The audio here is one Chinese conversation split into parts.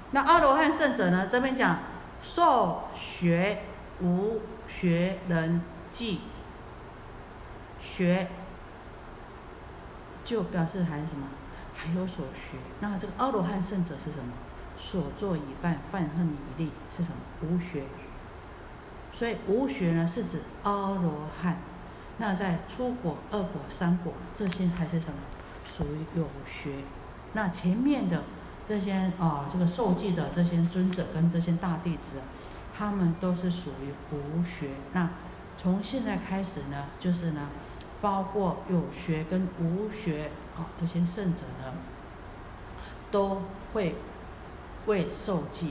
那阿罗汉圣者呢，这边讲受学无学人记，学就表示还是什么，还有所学。那这个阿罗汉圣者是什么？所作已办，犯恨已立，是什么？无学。所以无学呢，是指阿罗汉。那在初果、二果、三果这些还是什么？属于有学。那前面的这些这个受记的这些尊者跟这些大弟子，他们都是属于无学。那从现在开始呢，就是呢，包括有学跟无学这些圣者呢，都会为受记。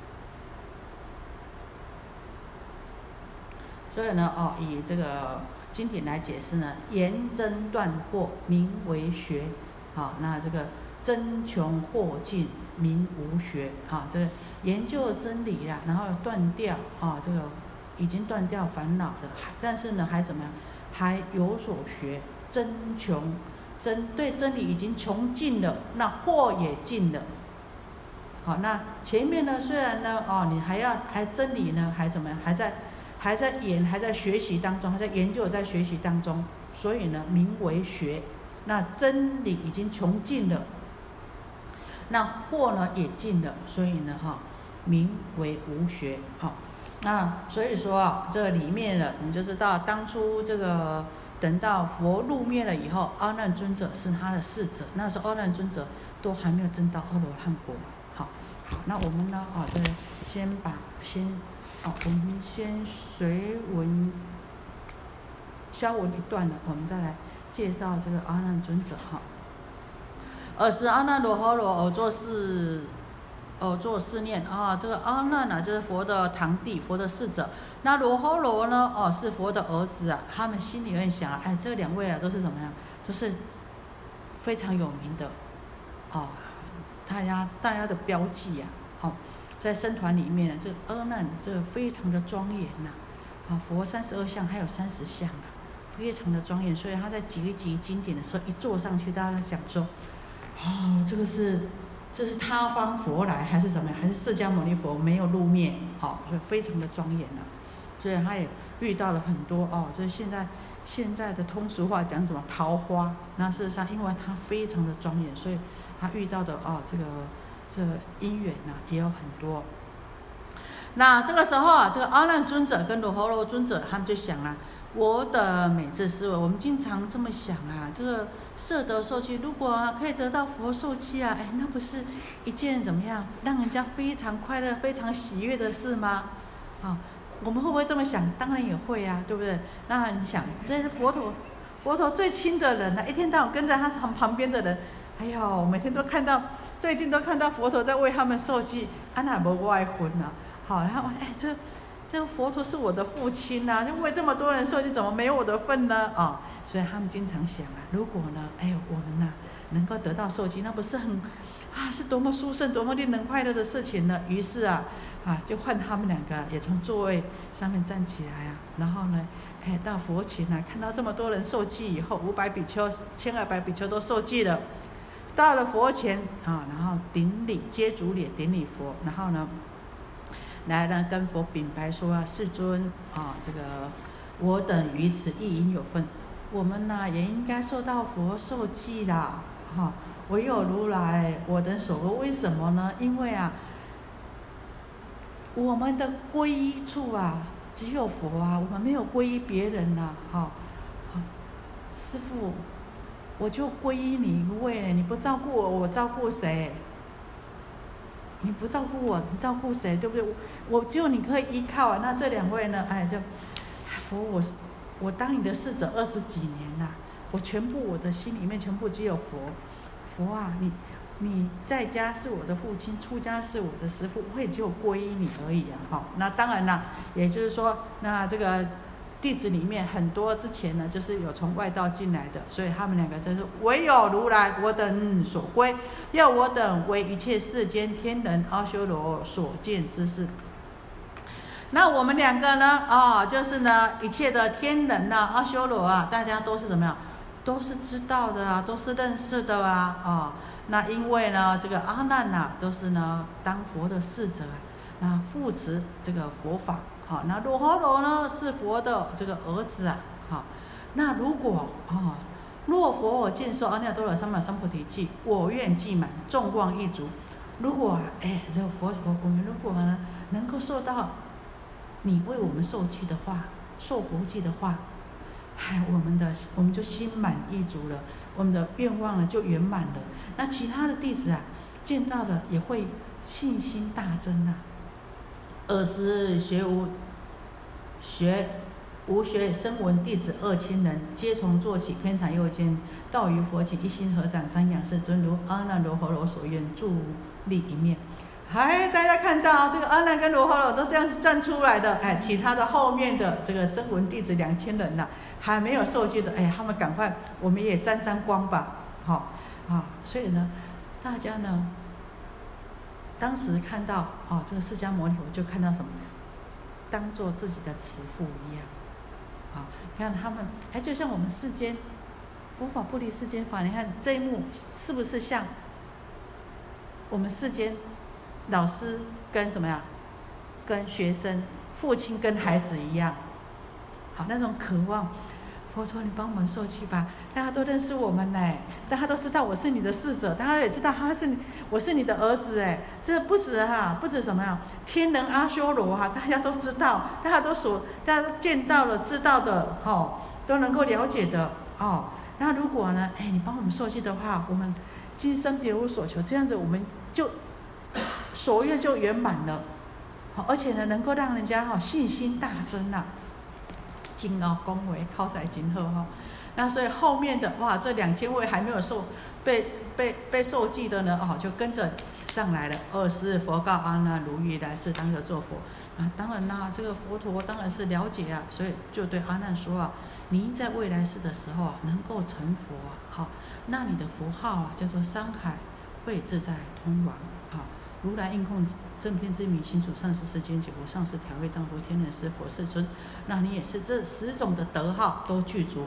所以呢，以这个经典来解释呢，言真断惑名为学，那这个真穷惑尽名无学，这个研究真理啦，然后断掉这个已经断掉烦恼的，但是呢还怎么样？还有所学，真穷，对真理已经穷尽了，那惑也尽了。好，那前面呢，虽然呢，你还真理呢，还怎么样？还在研，还在学习当中，还在研究，在学习当中，所以呢，名为学。那真理已经穷尽了，那惑呢也尽了，所以呢，名为无学。那所以说这里面呢，你就知道当初这个等到佛入灭了以后，阿难尊者是他的侍者，那时候阿难尊者都还没有证到阿罗汉果。好，那我们呢，这我们先随文消文一段了，我们再来介绍这个阿难尊者。尔时阿难罗诃罗偶作是念这个阿难就是佛的堂弟，佛的侍者。那罗诃罗呢，是佛的儿子啊。他们心里面想，这两位都是怎么样？都是非常有名的大家的标记在僧团里面呢，这个阿难这个非常的庄严佛32相还有30相非常的庄严。所以他在集经典的时候，一坐上去，大家想说，这是他方佛来还是怎么样？还是释迦牟尼佛没有入灭所以非常的庄严所以他也遇到了很多就是现在的通俗话讲什么桃花。那事实上，因为他非常的庄严，所以他遇到的这因缘也有很多。那这个时候这个阿难尊者跟罗诃罗尊者他们就想我的美智思维，我们经常这么想这个摄得受记，如果可以得到佛受记那不是一件怎么样让人家非常快乐、非常喜悦的事吗？我们会不会这么想？当然也会对不对？那你想，这是佛陀最亲的人一天到晚跟在他旁边的人，每天都看到，最近都看到佛陀在为他们受记，哪没外婚好，然后这个佛陀是我的父亲就为这么多人受记，怎么没有我的份呢？所以他们经常想如果呢，我们能够得到受记，那不是是多么殊胜、多么令人快乐的事情呢？于是就换他们两个也从座位上面站起来然后呢，到佛前看到这么多人受记以后，500比丘、1200比丘都受记了，到了佛前然后顶礼，接足脸顶礼佛，然后呢，来呢跟佛禀白说世尊这个我等于此亦应有份，我们也应该受到佛受记啦唯有如来我等所闻。为什么呢？因为我们的皈依处只有佛我们没有皈依别人师父，我就皈依你一位，你不照顾我，我照顾谁？你不照顾我，你照顾谁？对不对？我只有你可以依靠那这两位呢？就佛，我当你的侍者20几年了，我的心里面全部只有佛。佛你在家是我的父亲，出家是我的师父，我也只有皈依你而已那当然了，也就是说，那这个弟子里面很多之前呢，就是有从外道进来的，所以他们两个就是唯有如来我等所归，要我等为一切世间天人阿修罗所见之事。那我们两个呢就是呢一切的天人阿修罗大家都是怎么样？都是知道的都是认识的那因为呢，这个阿难呐，都是呢当佛的侍者啊，那护持这个佛法。好，那罗睺罗呢是佛的这个儿子啊。好，那如果若佛我尽受阿耨多罗三藐三菩提记，我愿既满，众望一足。如果这个佛我们如果呢能够受到你为我们受记的话，受佛记的话，我们就心满意足了，我们的愿望呢就圆满了。那其他的弟子啊，见到了也会信心大增啊。尔时学无学声闻弟子2000人，皆从坐起，偏袒右肩，到于佛前，一心合掌，瞻仰世尊如阿难罗睺罗所愿，伫立一面。大家看到这个阿难跟罗睺罗都这样子站出来的，其他的后面的这个声闻弟子2000人啦，还没有受戒的，他们赶快，我们也沾沾光吧，所以呢，大家呢，当时看到这个释迦牟尼佛就看到什么，当做自己的慈父一样，你看他们，就像我们世间佛法不离世间法，你看这一幕是不是像我们世间老师跟什么呀？跟学生，父亲跟孩子一样，那种渴望。佛陀，你帮我们受记吧！大家都认识我们嘞，大家都知道我是你的侍者，大家也知道我是你的儿子哎。这不止什么呀？天人阿修罗大家都知道，大家都见到了、知道的都能够了解的那如果呢，你帮我们受记的话，我们今生别无所求，这样子我们就所愿就圆满了，而且呢，能够让人家信心大增啊，真恭维口才真好那所以后面的这2000位还没有被受记的呢就跟着上来了。20佛告阿难：如欲来世当得作佛。当然啦，这个佛陀当然是了解啊，所以就对阿难说你在未来世的时候能够成佛那你的佛号叫做山海慧自在通王如来应控正遍知明心属上师世间解无上师调御丈夫天人师佛世尊，那你也是这10种的德号都具足。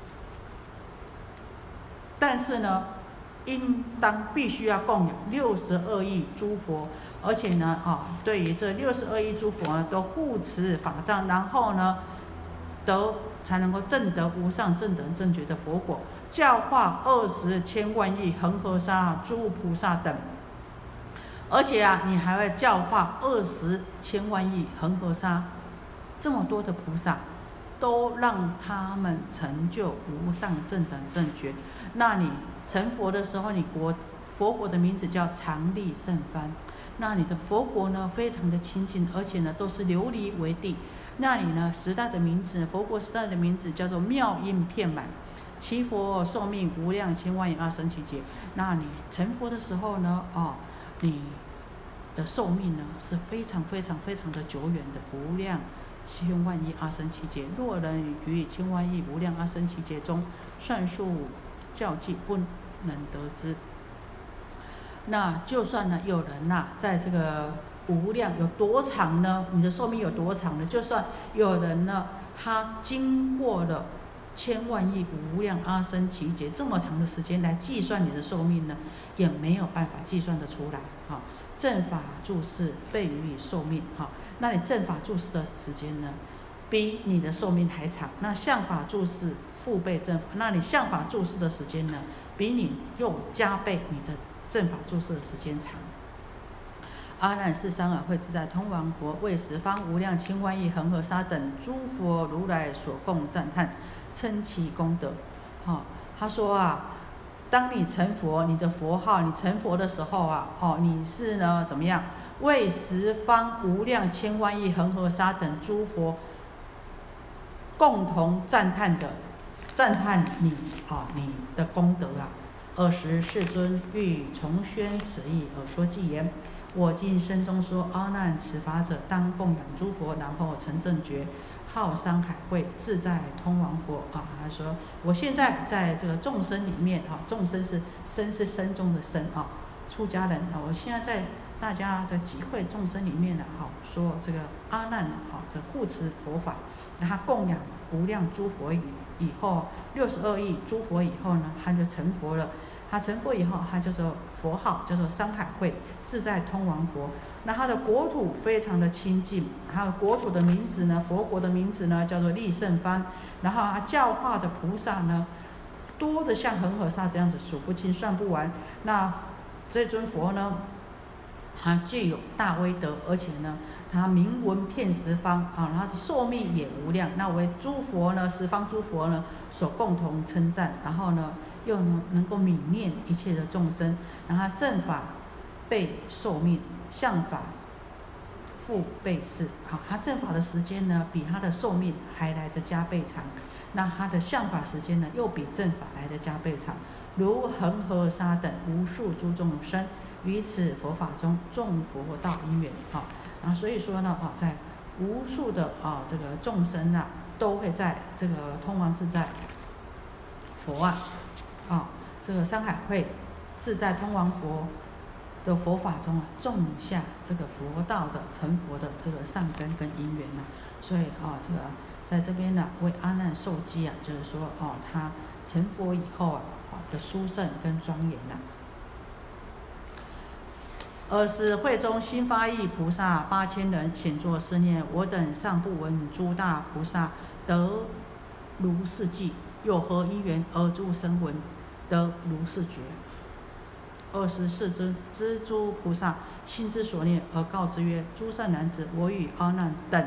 但是呢，应当必须要供养62亿诸佛，而且呢对于这62亿诸佛呢，都护持法藏，然后呢才能够证得无上正等正觉的佛果，教化20千万亿恒河沙诸菩萨等。而且你还会教化20千万亿恒河沙这么多的菩萨，都让他们成就无上正等正觉。那你成佛的时候，你佛国的名字叫常利胜幡。那你的佛国呢，非常的清净，而且呢都是琉璃为地。那你呢时代的名字，佛国时代的名字叫做妙音遍满。其佛寿命无量千万亿阿僧祇劫。那你成佛的时候呢，你的寿命呢是非常非常非常的久远的，无量千万亿阿僧祇劫。若人于千万亿无量阿僧祇劫中算数教计，不能得知。那就算呢有人在这个无量有多长呢？你的寿命有多长呢？就算有人呢，他经过了千万亿无量阿僧祇劫这么长的时间来计算你的寿命呢，也没有办法计算得出来正法住世倍于寿命那你正法住世的时间呢，比你的寿命还长。那相法住世复倍正法，那你相法住世的时间呢，比你又加倍你的正法住世的时间长。阿难是山海慧自在通王佛，为十方无量千万亿恒河沙等诸佛如来所供赞叹，称其功德。他说当你成佛，你的佛号，你成佛的时候你是呢怎么样？为十方无量千万亿恒河沙等诸佛共同赞叹你你的功德尔时世尊欲重宣此义而说偈言：我今生中说阿难，此法者当供养诸佛，然后成正觉，号山海慧自在通王佛他说我现在在这个众生里面众生是生中的生出家人我现在在大家的集会众生里面说这个阿难这护持佛法，他供养无量诸佛以后62亿诸佛以后呢，他就成佛了。他成佛以后，他叫做佛号叫做山海会自在通王佛。那他的国土非常的清净，还有国土的名字呢，佛国的名字呢叫做利胜方。然后他教化的菩萨呢，多的像恒河沙这样子，数不清算不完。那这尊佛呢，他具有大威德，而且呢，他名闻遍十方啊，他的寿命也无量。那为诸佛呢，十方诸佛呢所共同称赞，然后呢，又能够悯念一切的众生，然后正法倍寿命，相法复倍世。好，他正法的时间呢，比他的寿命还来得加倍长。那他的相法时间呢，又比正法来得加倍长。如恒河沙等无数诸众生，于此佛法中众佛道因缘啊。然后所以说呢啊，在无数的这个众生啊，都会在这个通王自在佛这个山海会自在通王佛的佛法中种下这个佛道的成佛的这个善根跟因缘所以这个在这边呢，为阿难受记就是说他成佛以后的殊胜跟庄严尔时会中心发意菩萨8000人，显作是念：我等尚不闻诸大菩萨得如是记，有何因缘而诸声闻得如是觉？24尊知诸菩萨心之所念，而告之曰：诸善男子，我与阿难等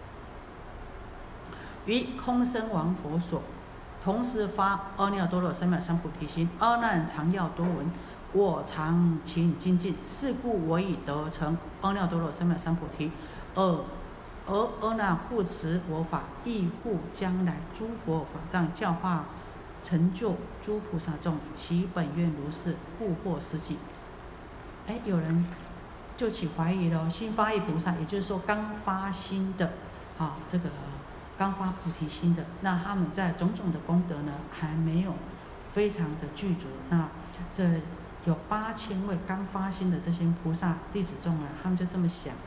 于空生王佛所，同时发阿耨多罗三藐三菩提心。阿难常要多闻，我常勤精进，是故我已得成阿耨多罗三藐三菩提。而阿难护持我法，亦护将来诸佛法藏教化成就诸菩萨众，其本愿如是，故获实记。有人就起怀疑了，心发意菩萨，也就是说刚发心的这个刚发菩提心的，那他们在种种的功德呢，还没有非常的具足。那这有8000位刚发心的这些菩萨弟子众呢，他们就这么想：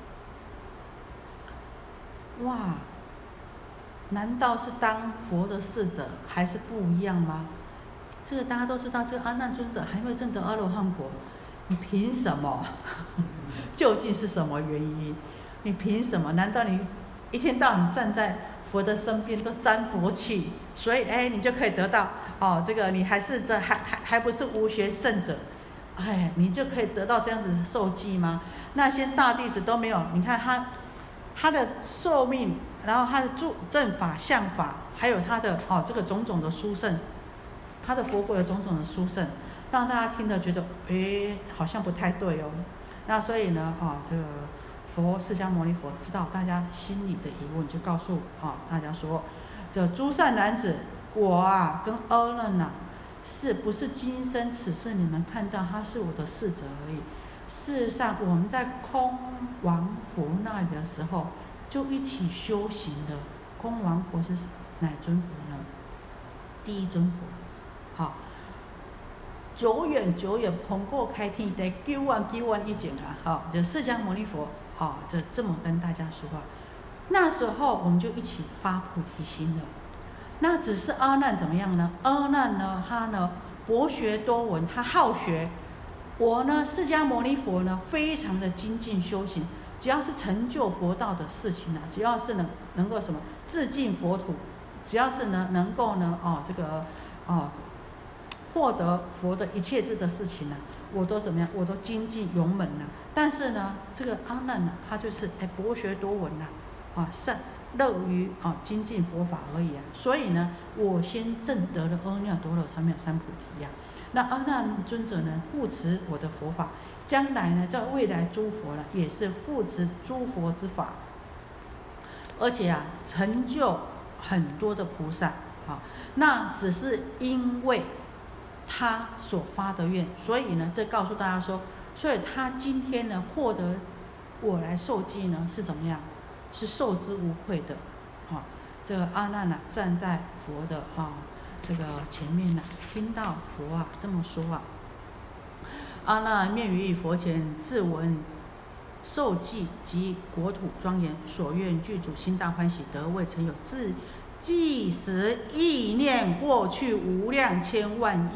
哇，难道是当佛的侍者还是不一样吗？这个大家都知道，这个阿难尊者还没有证得阿罗汉果，你凭什么？究竟是什么原因？你凭什么？难道你一天到晚站在佛的身边都沾佛气，所以你就可以得到这个你还是还不是无学圣者，你就可以得到这样子的受记吗？那些大弟子都没有，你看他的寿命，然后他的正法、相法，还有他的这个种种的殊胜，他的佛国的种种的殊胜，让大家听了觉得好像不太对哦。那所以呢这个佛释迦牟尼佛知道大家心里的疑问，就告诉大家说：这诸善男子，我跟阿难是不是今生此世你们看到他是我的侍者而已？事实上，我们在空王佛那里的时候，就一起修行的。空王佛是哪尊佛呢？第一尊佛。久远碰过开天的9万以前就释迦牟尼佛就这么跟大家说话。那时候我们就一起发菩提心了。那只是阿难怎么样呢？阿难呢，他呢博学多闻，他好学。我呢，释迦牟尼佛呢，非常的精进修行。只要是成就佛道的事情只要是能够什么自尽佛土，只要是能够这个获得佛的一切智的事情我都怎么样？我都精进勇猛但是呢，这个阿难他就是博学多闻善乐于精进佛法而已所以呢，我先证得了阿耨多罗三藐三菩提那阿难尊者呢，护持我的佛法，将来呢，在未来诸佛也是护持诸佛之法，而且成就很多的菩萨那只是因为他所发的愿，所以呢，这告诉大家说，所以他今天呢，获得我来受记呢，是怎么样？是受之无愧的这个阿难站在佛的这个前面听到佛这么说阿难面于佛前，自闻受记及国土庄严，所愿具足，心大欢喜，得未曾有，自即时意念过去无量千万亿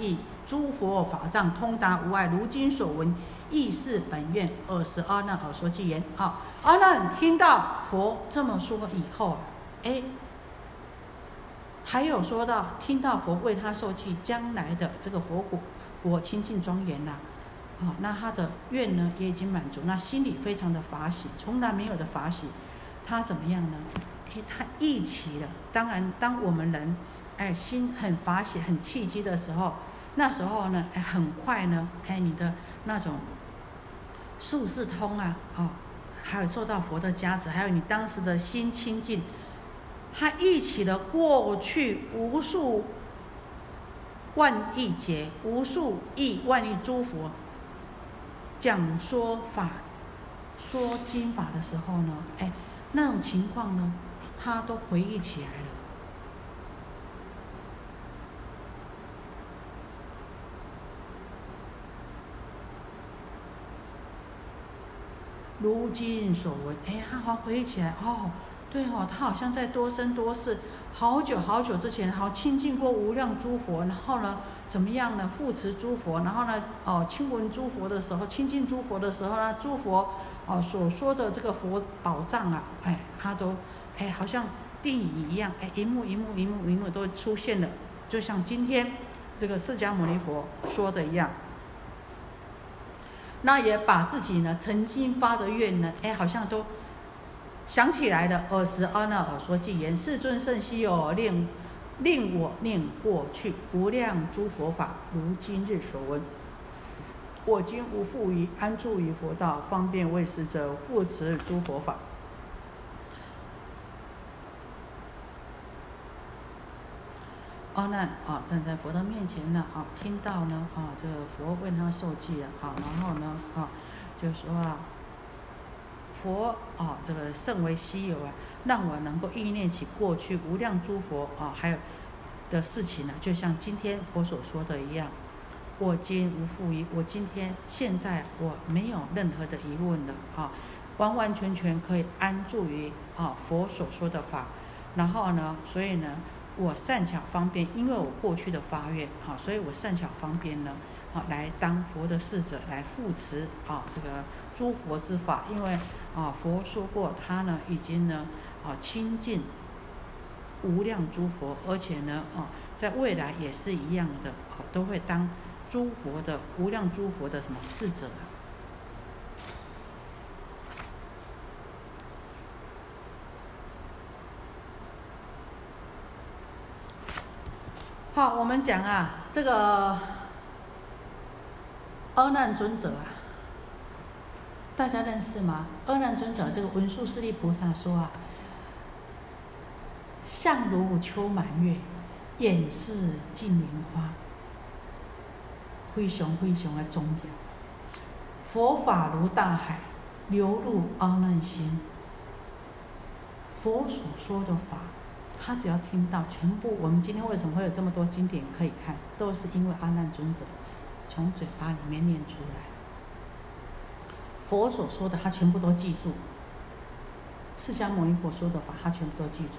诸佛法藏通达无碍，如今所闻亦是本愿，尔时阿难耳说偈言。阿难听到佛这么说以后还有说到听到佛为他受记将来的这个佛果清净庄严啦。那他的愿呢也已经满足，那心里非常的法喜，从来没有的法喜。他怎么样呢？他忆起了。当然，当我们人心很法喜、很契机的时候，那时候呢，很快呢，你的那种术士通还有受到佛的加持，还有你当时的心清净，他忆起了过去无数万亿劫、无数亿万亿诸佛讲说法、说经法的时候呢，那种情况呢，他都回忆起来了。如今所闻，他回忆起来，对他好像在多生多世，好久好久之前，亲近过无量诸佛，然后呢，怎么样呢？护持诸佛，然后呢，亲闻诸佛的时候，亲近诸佛的时候呢，诸佛所说的这个佛宝藏他都好像电影一样，一幕一幕都出现了，就像今天这个释迦牟尼佛说的一样。那也把自己呢曾经发的愿呢，好像都想起来了。尔时阿难耳说偈言：世尊甚希有，令我念过去无量诸佛法，如今日所闻。我今无复于安住于佛道，方便为使者护持诸佛法。阿难站在佛的面前呢听到呢这个佛为他受记了然后呢就说佛这个甚为稀有让我能够忆念起过去无量诸佛还有的事情呢，就像今天佛所说的一样。我今无复疑，我现在我没有任何的疑问了完完全全可以安住于佛所说的法。然后呢，所以呢，我善巧方便，因为我过去的发愿所以我善巧方便呢来当佛的侍者，来护持这个诸佛之法。因为佛说过，他呢已经呢亲近无量诸佛，而且呢在未来也是一样的都会当诸佛的无量诸佛的什么侍者。好，我们讲这个阿难尊者大家认识吗？阿难尊者这个文殊师利菩萨说相如秋满月，眼似净莲花，非常非常的庄严。佛法如大海，流入阿难心。佛所说的法，他只要听到，全部我们今天为什么会有这么多经典可以看，都是因为阿难尊者从嘴巴里面念出来。佛所说的，他全部都记住。释迦牟尼佛说的法，他全部都记住。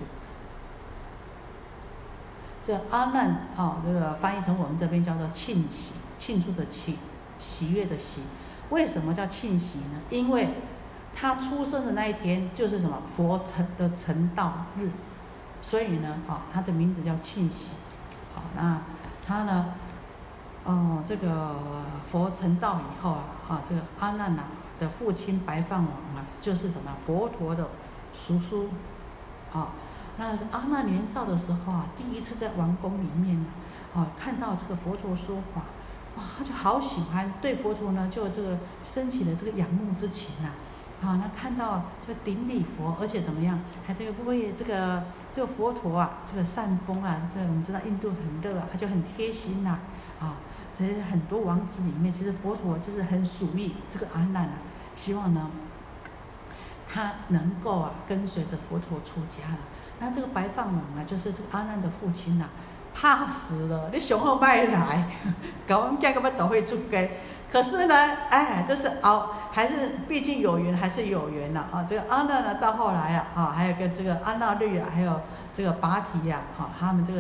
这阿难这个翻译成我们这边叫做庆喜，庆祝的庆，喜悦的喜。为什么叫庆喜呢？因为他出生的那一天就是什么佛的成道日，所以呢他的名字叫庆喜。那他呢这个佛成道以后这个阿难的父亲白饭王就是什么佛陀的叔叔那阿难年少的时候第一次在王宫里面看到这个佛陀说法，他就好喜欢，对佛陀呢就这个升起了这个仰慕之情那看到就顶礼佛，而且怎么样，还这个为这个佛陀这个扇风这个我们知道印度很热他就很贴心这些很多王子里面，其实佛陀就是很属意这个阿难希望呢他能够跟随着佛陀出家了。那这个白饭王就是这个阿难的父亲怕死了，你上好别来，搞我们家个要都会出家。可是呢，这是还是毕竟有缘，还是有缘这个阿难到后来还有跟这个阿那律还有这个拔提他们这个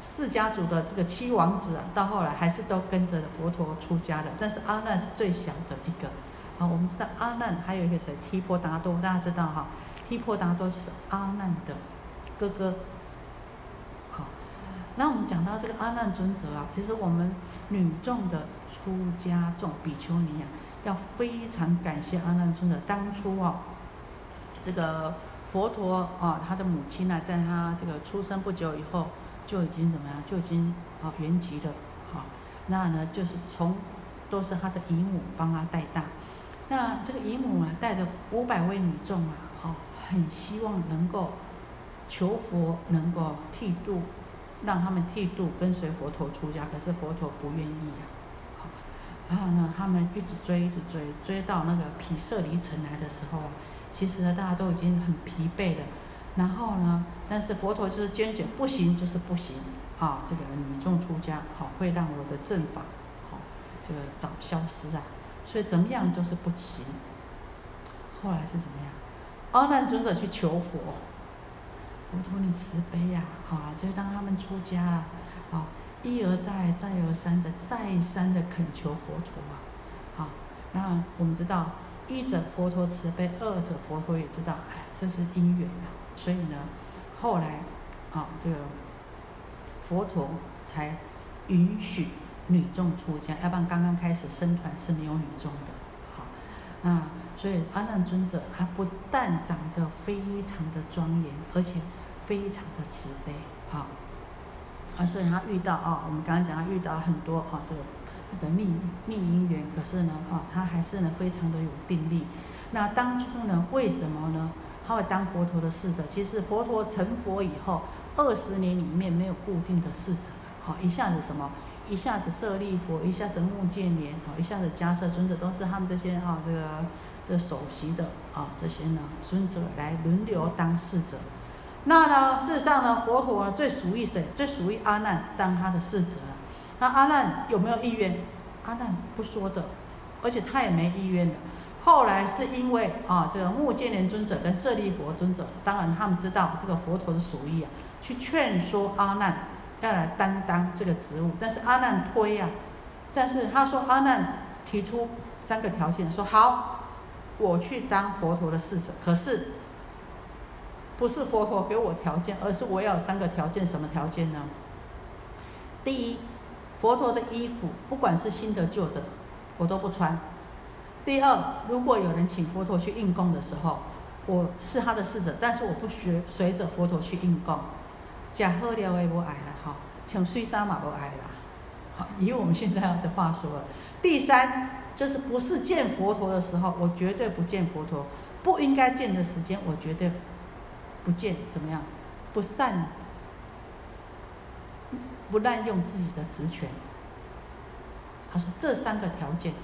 释迦族的这个7王子啊，到后来还是都跟着佛陀出家了，但是阿难是最小的一个。好，我们知道阿难还有一个谁？提婆达多，大家知道哈？提婆达多就是阿难的哥哥。好，那我们讲到这个阿难尊者啊，其实我们女众的出家众比丘尼啊，要非常感谢阿难尊者。当初啊，这个佛陀啊，他的母亲呢，在他这个出生不久以后，就已经怎么样？就已经圆寂了。好，那呢，就是都是他的姨母帮他带大。那这个姨母啊，带着500位女众啊，很希望能够求佛能够剃度，让他们剃度跟随佛陀出家，可是佛陀不愿意啊。好，然后呢，他们一直追到那个毗舍离城来的时候啊，其实呢，大家都已经很疲惫了。然后呢，但是佛陀就是坚决不行，就是不行啊！这个女众出家，会让我的正法，这个早消失啊！所以怎么样都是不行。后来是怎么样？阿难尊者去求佛，佛陀你慈悲呀，就让他们出家了，一而再，再而三的，再三的恳求佛陀啊，那我们知道，一者佛陀慈悲，二者佛陀也知道，这是因缘啊，所以呢，后来这个佛陀才允许女众出家，要不然刚刚开始僧团是没有女众的。好，那所以阿难尊者他不但长得非常的庄严，而且非常的慈悲所以他遇到我们刚刚讲他遇到很多这个那个逆因缘，可是呢他还是呢非常的有定力。那当初呢为什么呢他会当佛陀的侍者？其实佛陀成佛以后20年里面没有固定的侍者，一下子什么？一下子舍利佛，一下子目犍连，一下子迦叶尊者，都是他们这些这个首席的这些呢尊者来轮流当侍者。那呢，事实上呢，佛陀最属于谁？最属于阿难当他的侍者了。那阿难有没有意愿？阿难不说的，而且他也没意愿的。后来是因为这个目犍连尊者跟舍利佛尊者，当然他们知道这个佛陀的属意去劝说阿难要来担当这个职务，但是阿难推但是他说阿难提出3个条件，说好，我去当佛陀的侍者，可是不是佛陀给我条件，而是我要有3个条件。什么条件呢？第一，佛陀的衣服不管是新的旧的，我都不穿。第二，如果有人请佛陀去应供的时候，我是他的侍者，但是我不随着佛陀去应供。吃好料的不爱啦，穿水衫嘛不爱啦。以我们现在的话说了。第三，就是不是见佛陀的时候，我绝对不见佛陀；不应该见的时间，我绝对不见。怎么样？不滥用自己的职权。他说这3个条件，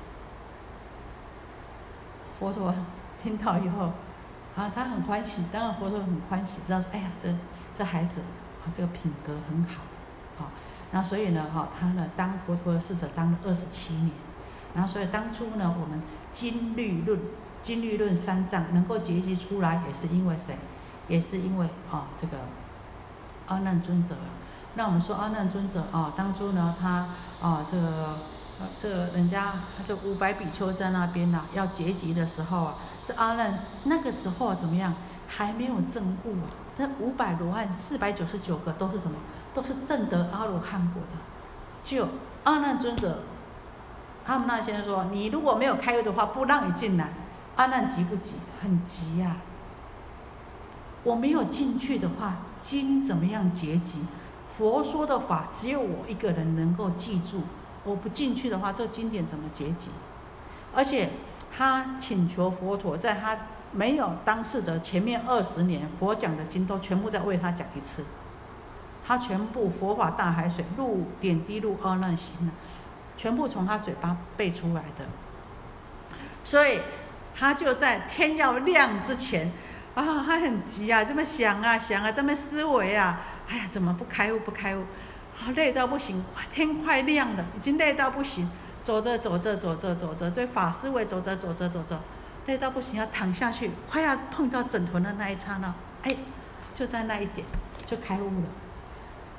佛陀听到以后，他很欢喜。当然佛陀很欢喜，知道说，哎呀，这孩子这个品格很好那所以呢他呢当佛陀的侍者当了27年。然后所以当初呢，我们金律论3藏能够结集出来，也是因为谁？也是因为这个阿难尊者。那我们说阿难尊者当初呢，他这个人家这500比丘在那边要结集的时候这阿难那个时候怎么样？还没有证悟这500罗汉499个都是什么？都是证得阿罗汉果的。就阿难尊者，他们那些人说，你如果没有开悟的话，不让你进来。阿难急不急？很急我没有进去的话，经怎么样结集？佛说的法只有我一个人能够记住，我不进去的话，这个经典怎么结集？而且他请求佛陀，在他没有当侍者前面20年，佛讲的经都全部再为他讲一次。他全部佛法大海水入点滴入阿难心全部从他嘴巴背出来的。所以他就在天要亮之前他很急这么想这么思维哎呀，怎么不开悟？累到不行，天快亮了，已经累到不行，走着，对法思维走着，累到不行，要躺下去，快要碰到枕头的那一刹那，就在那一点就开悟了。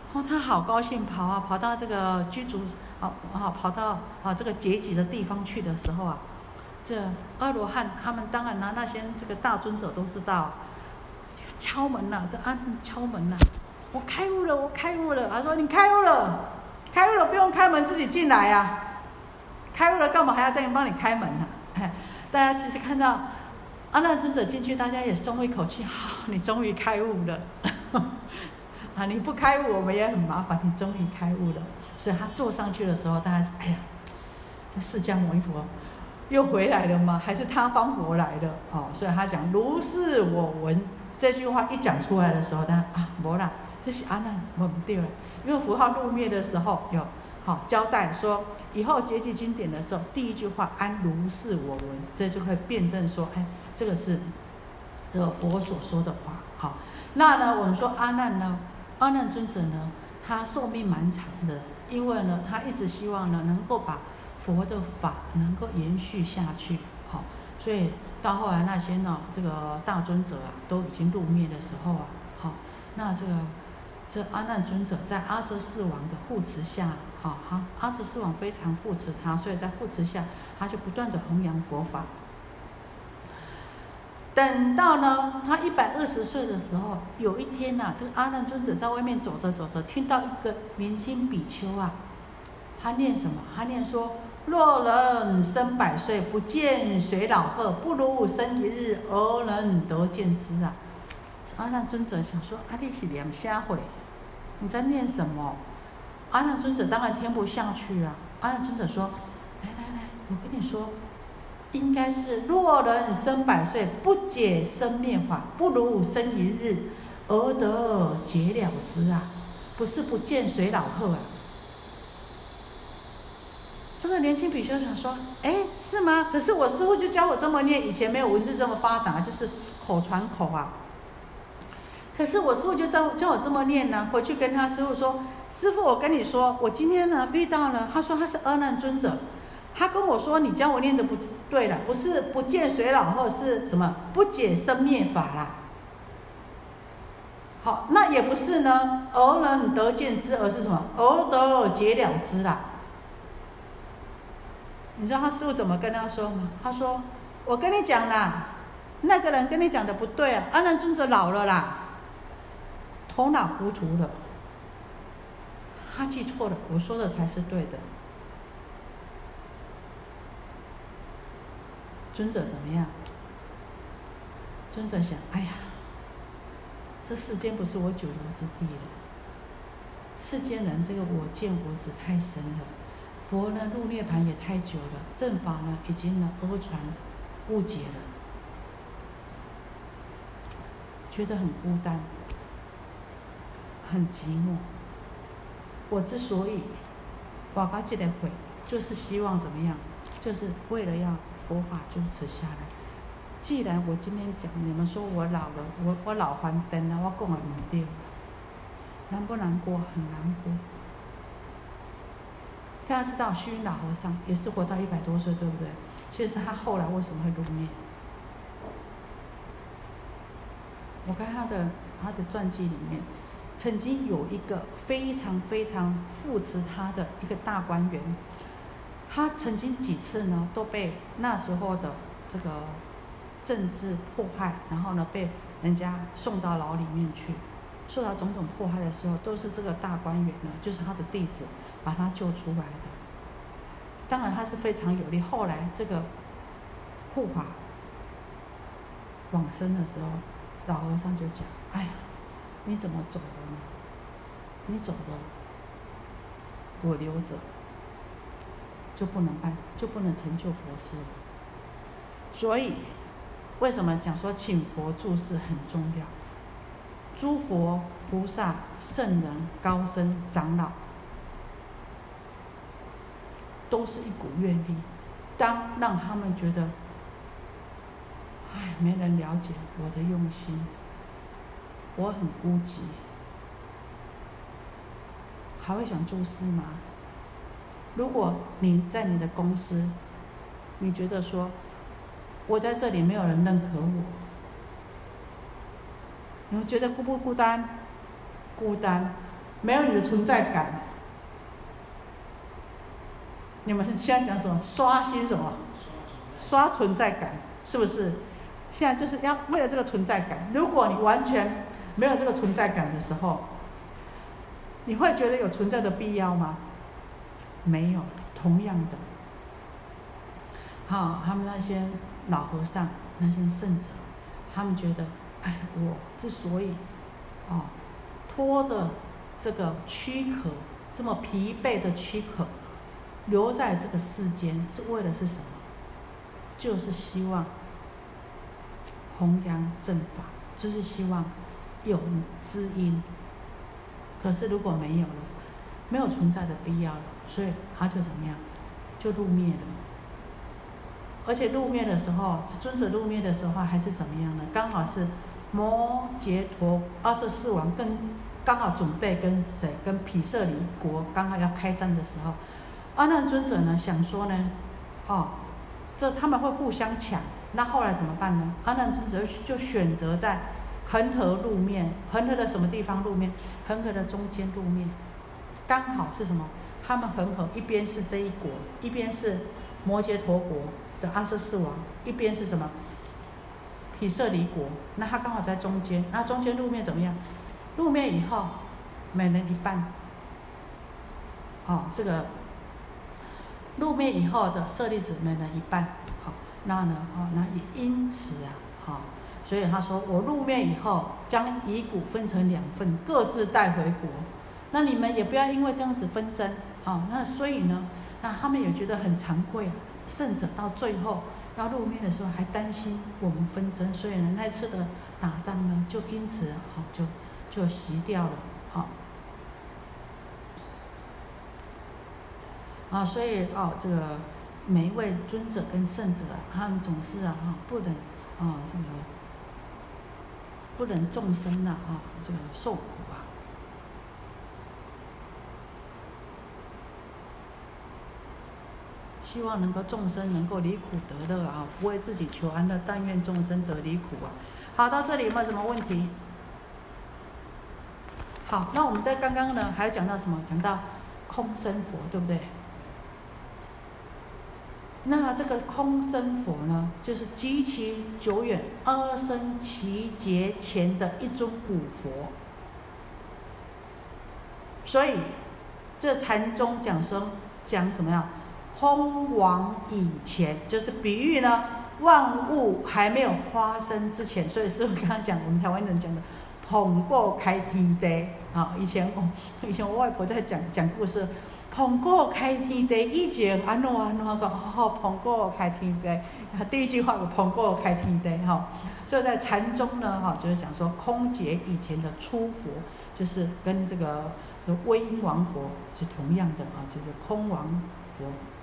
哦，他好高兴跑到这个居住跑到这个阶级的地方去的时候啊，这阿罗汉他们当然那些这个大尊者都知道，敲门了，这阿难敲门了，我开悟了，我开悟了。他说你开悟了，开悟了不用开门自己进来啊，开悟了干嘛还要等人帮你开门呢？大家其实看到阿难尊者进去，大家也松一口气，好，你终于开悟了。你不开悟我们也很麻烦，你终于开悟了。所以他坐上去的时候，大家哎呀，这释迦牟尼佛又回来了吗？还是他方佛来了？所以他讲如是我闻这句话一讲出来的时候，他没啦，这是阿难我们对了。因为佛号入灭的时候有交代说，以后结集经典的时候，第一句话安如是我闻，这就会辩证说，这个是这个佛所说的话。那呢，我们说阿难呢？阿难尊者呢，他寿命蛮长的，因为呢，他一直希望呢，能够把佛的法能够延续下去，所以到后来那些呢，这个大尊者都已经入灭的时候那这阿难尊者在阿阇世王的护持下，阿阇世王非常护持他，所以在护持下，他就不断的弘扬佛法。等到呢，他120岁的时候，有一天这个阿难尊者在外面走着走着，听到一个年轻比丘他念什么？他念说：若人生100岁，不见水老鹤，不如生一日，而能得见之阿难尊者想说：你是念啥会？你在念什么？阿难尊者当然听不下去阿难尊者说：来，我跟你说。应该是若人生100岁，不解生灭法，不如生一日，而得解了之不是不见水老鹤这个年轻比丘想说，是吗？可是我师父就教我这么念，以前没有文字这么发达，就是口传口可是我师父就教我这么念呢，回去跟他师父说，师父，我跟你说，我今天呢遇到了，他说他是阿难尊者，他跟我说你教我念的不对了，不是不见水老鹤，是什么？不解生灭法啦。好，那也不是呢，而能得见之，而是什么？而得解了之啦。你知道他师父怎么跟他说吗？他说：我跟你讲啦，那个人跟你讲的不对阿难尊者老了啦，头脑糊涂了，他记错了，我说的才是对的。尊者怎么样？尊者想，这世间不是我久留之地了。世间人这个我见我执太深了，佛呢入涅盘也太久了，正法呢已经呢讹传误解了，觉得很孤单，很寂寞。我之所以我搞这个会，就是希望怎么样？就是为了要佛法主持下来。既然我今天讲，你们说我老了，我老还灯我讲的不对，难不难过？很难过。大家知道虚云老和尚也是活到100多岁，对不对？其实他后来为什么会入灭？我看他的传记里面，曾经有一个非常非常扶持他的一个大官员。他曾经几次呢都被那时候的这个政治迫害，然后呢被人家送到牢里面去，受到种种迫害的时候，都是这个大官员呢，就是他的弟子把他救出来的。当然他是非常有力。后来这个护法往生的时候，老和尚就讲：你怎么走了呢？你走了，我留着。就不能成就佛事了。所以为什么讲说请佛住世很重要？诸佛菩萨圣人高僧长老都是一股愿力，当让他们觉得没人了解我的用心，我很孤寂，还会想住世吗？如果你在你的公司，你觉得说我在这里没有人认可我，你会觉得孤不孤单？孤单。 没有你的存在感。你们现在讲什么？刷新什么？刷存在感，是不是？现在就是要为了这个存在感。如果你完全没有这个存在感的时候，你会觉得有存在的必要吗？没有。同样的，他们那些老和尚、那些圣者，他们觉得，哎，我之所以拖着这个躯壳，这么疲惫的躯壳，留在这个世间，是为了是什么？就是希望弘扬正法，就是希望有知音。可是如果没有了，没有存在的必要了，所以他就怎么样？就入灭了。而且入灭的时候，尊者入灭的时候还是怎么样呢？刚好是摩羯陀24王刚好准备跟谁？跟毗舍离国刚好要开战的时候，阿难尊者呢想说呢，这他们会互相抢，那后来怎么办呢？阿难尊者就选择在恒河入灭。恒河的什么地方入灭？恒河的中间入灭，刚好是什么？他们恒河一边是这一国，一边是摩羯陀国的24王，一边是什么？毗舍离国。那他刚好在中间，那中间入灭怎么样？入灭以后，每人一半。这个入灭以后的舍利子每人一半。那呢，那也因此所以他说，我入灭以后，将遗骨分成2份，各自带回国。那你们也不要因为这样子纷争。那所以呢，那他们也觉得很惭愧啊。圣者到最后要入灭的时候，还担心我们纷争，所以呢，那次的打仗呢，就因此就熄掉了。所以这个每一位尊者跟圣者他们总是不能这个不能众生这个受苦希望能够众生能够离苦得乐不为自己求安乐，但愿众生得离苦好，到这里有没有什么问题？好，那我们在刚刚呢，还有讲到什么？讲到空身佛，对不对？那这个空身佛呢，就是极其久远阿僧祇劫前的一尊古佛。所以这禅宗讲什么呀？空亡以前，就是比喻呢，万物还没有发生之前。所以师父刚刚讲，我们台湾人讲的捧过开天地以前我外婆在讲故事，捧过开天地以前安怎个捧过开天地，第一句话捧过开天地所以在禅宗呢就是讲说空劫以前的初佛，就是跟这个威音王佛是同样的就是空王佛。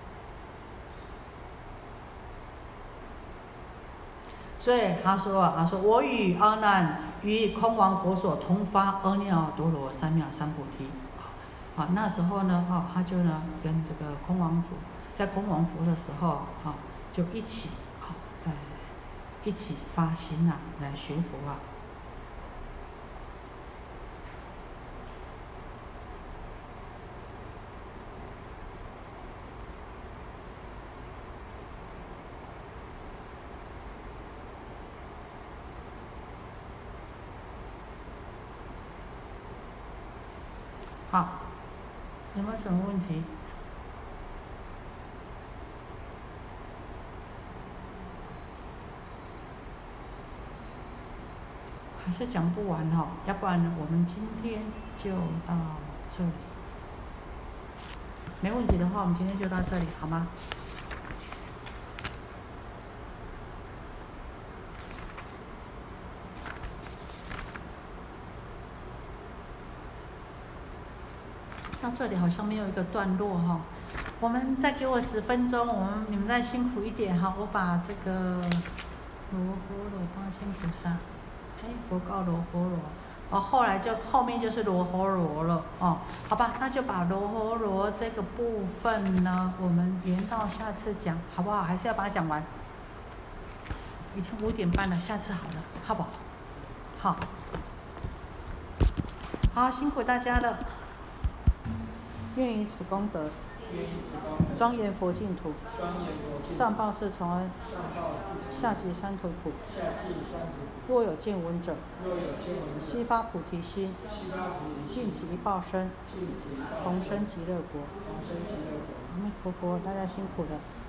所以他说我与阿难于空王佛所同发阿耨多罗三藐三菩提。那时候呢他就呢跟这个空王佛，在空王佛的时候就一起在一起发心来学佛好，有没有什么问题？还是讲不完要不然我们今天就到这里。没问题的话，我们今天就到这里，好吗？到这里好像没有一个段落我们再给我10分钟，你们再辛苦一点我把这个罗诃罗八千菩萨，佛告罗诃罗，后面就是罗诃罗了好吧，那就把罗诃罗这个部分呢，我们延到下次讲，好不好？还是要把它讲完？已经5点半了，下次好了，好不好？好，辛苦大家了。 愿以此功德， 愿以此功德， 庄严佛净土， 庄严佛净土， 上报四重恩， 上报四重恩， 下济三途苦。 下济三途苦。 若有见闻者， 若有见闻者， 悉发菩提心， 悉发菩提心， 尽此一报身， 尽此一报身， 同生极乐国。 同生极乐国。 阿弥陀佛，大家辛苦了。